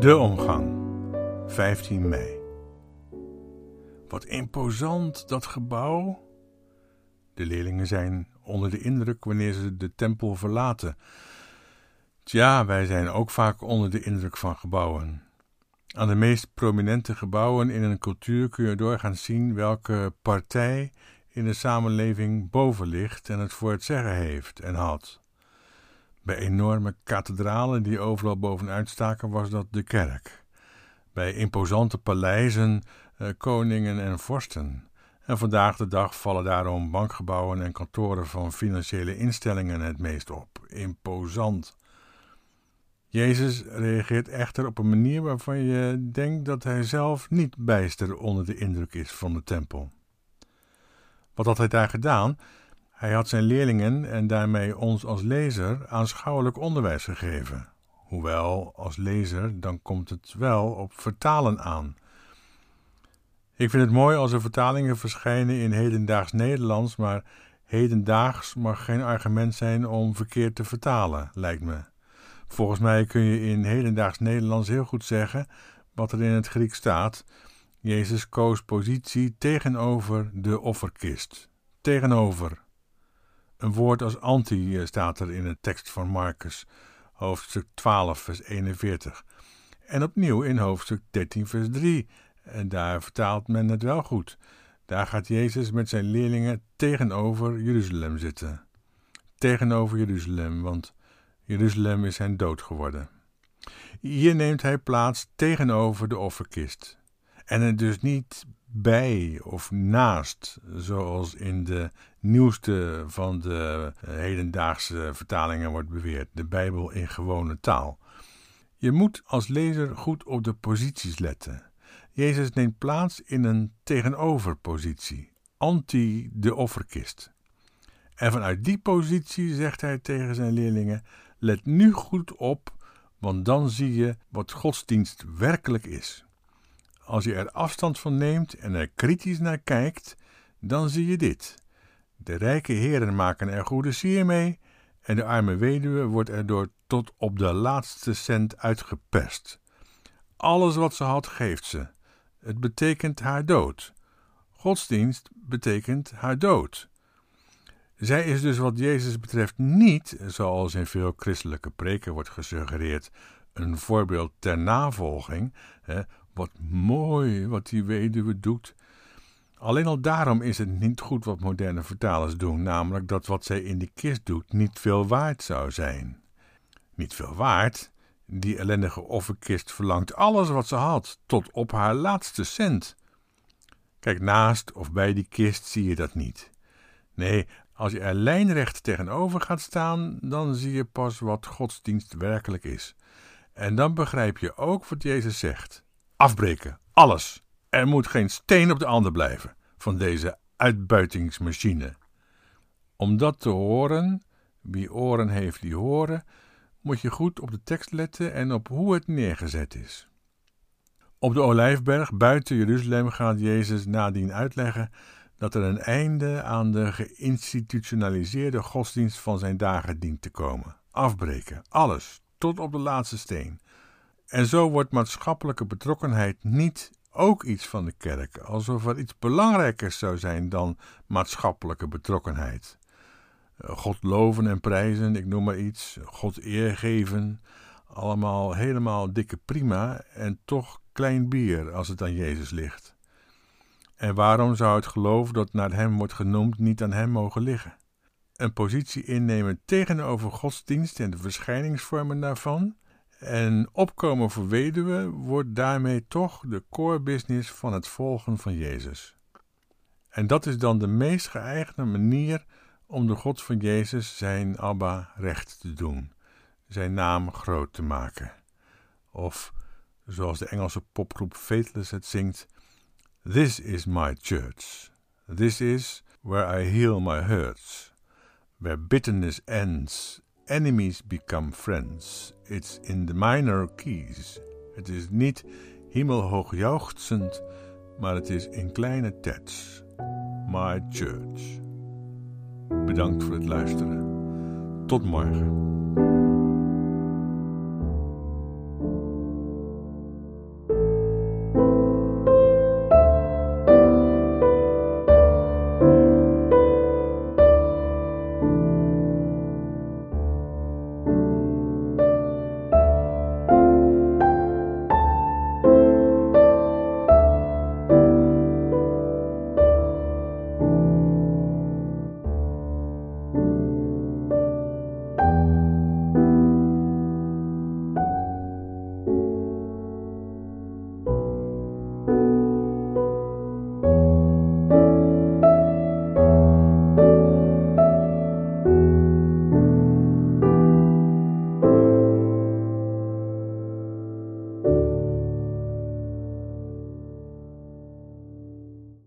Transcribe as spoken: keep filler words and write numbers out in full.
De omgang, vijftien mei. Wat imposant, dat gebouw. De leerlingen zijn onder de indruk wanneer ze de tempel verlaten. Tja, wij zijn ook vaak onder de indruk van gebouwen. Aan de meest prominente gebouwen in een cultuur kun je doorgaans zien welke partij in de samenleving boven ligt en het voor het zeggen heeft en had. Bij enorme kathedralen die overal bovenuit staken was dat de kerk. Bij imposante paleizen, eh, koningen en vorsten. En vandaag de dag vallen daarom bankgebouwen en kantoren van financiële instellingen het meest op. Imposant. Jezus reageert echter op een manier waarvan je denkt dat hij zelf niet bijster onder de indruk is van de tempel. Wat had hij daar gedaan? Hij had zijn leerlingen en daarmee ons als lezer aanschouwelijk onderwijs gegeven. Hoewel, als lezer, dan komt het wel op vertalen aan. Ik vind het mooi als er vertalingen verschijnen in hedendaags Nederlands, maar hedendaags mag geen argument zijn om verkeerd te vertalen, lijkt me. Volgens mij kun je in hedendaags Nederlands heel goed zeggen wat er in het Grieks staat. Jezus koos positie tegenover de offerkist. Tegenover. Een woord als anti staat er in de tekst van Marcus, hoofdstuk twaalf, vers eenenveertig. En opnieuw in hoofdstuk dertien, vers drie. En daar vertaalt men het wel goed. Daar gaat Jezus met zijn leerlingen tegenover Jeruzalem zitten. Tegenover Jeruzalem, want Jeruzalem is hen dood geworden. Hier neemt hij plaats tegenover de offerkist. En er dus niet bij of naast, zoals in de nieuwste van de hedendaagse vertalingen wordt beweerd, de Bijbel in gewone taal. Je moet als lezer goed op de posities letten. Jezus neemt plaats in een tegenoverpositie, anti de offerkist. En vanuit die positie zegt hij tegen zijn leerlingen: let nu goed op, want dan zie je wat godsdienst werkelijk is. Als je er afstand van neemt en er kritisch naar kijkt, dan zie je dit. De rijke heren maken er goede sier mee en de arme weduwe wordt erdoor tot op de laatste cent uitgeperst. Alles wat ze had, geeft ze. Het betekent haar dood. Godsdienst betekent haar dood. Zij is dus wat Jezus betreft niet, zoals in veel christelijke preken wordt gesuggereerd, een voorbeeld ter navolging. Hè, wat mooi wat die weduwe doet. Alleen al daarom is het niet goed wat moderne vertalers doen, namelijk dat wat zij in de kist doet niet veel waard zou zijn. Niet veel waard? Die ellendige offerkist verlangt alles wat ze had, tot op haar laatste cent. Kijk, naast of bij die kist zie je dat niet. Nee, als je er lijnrecht tegenover gaat staan, dan zie je pas wat godsdienst werkelijk is. En dan begrijp je ook wat Jezus zegt. Afbreken, alles. Er moet geen steen op de ander blijven van deze uitbuitingsmachine. Om dat te horen, wie oren heeft die horen, moet je goed op de tekst letten en op hoe het neergezet is. Op de Olijfberg buiten Jeruzalem gaat Jezus nadien uitleggen dat er een einde aan de geïnstitutionaliseerde godsdienst van zijn dagen dient te komen. Afbreken, alles, tot op de laatste steen. En zo wordt maatschappelijke betrokkenheid niet ook iets van de kerk, alsof er iets belangrijkers zou zijn dan maatschappelijke betrokkenheid. God loven en prijzen, ik noem maar iets, God eer geven, allemaal helemaal dikke prima en toch klein bier als het aan Jezus ligt. En waarom zou het geloof dat naar hem wordt genoemd niet aan hem mogen liggen? Een positie innemen tegenover godsdienst en de verschijningsvormen daarvan en opkomen voor weduwen wordt daarmee toch de core business van het volgen van Jezus. En dat is dan de meest geëigende manier om de God van Jezus zijn Abba recht te doen, zijn naam groot te maken. Of, zoals de Engelse popgroep Faithless het zingt, This is my church. This is where I heal my hurts. Where bitterness ends, enemies become friends. It's in the minor keys. Het is niet hemelhoog jauchzend, maar het is in kleine tats. My church. Bedankt voor het luisteren. Tot morgen.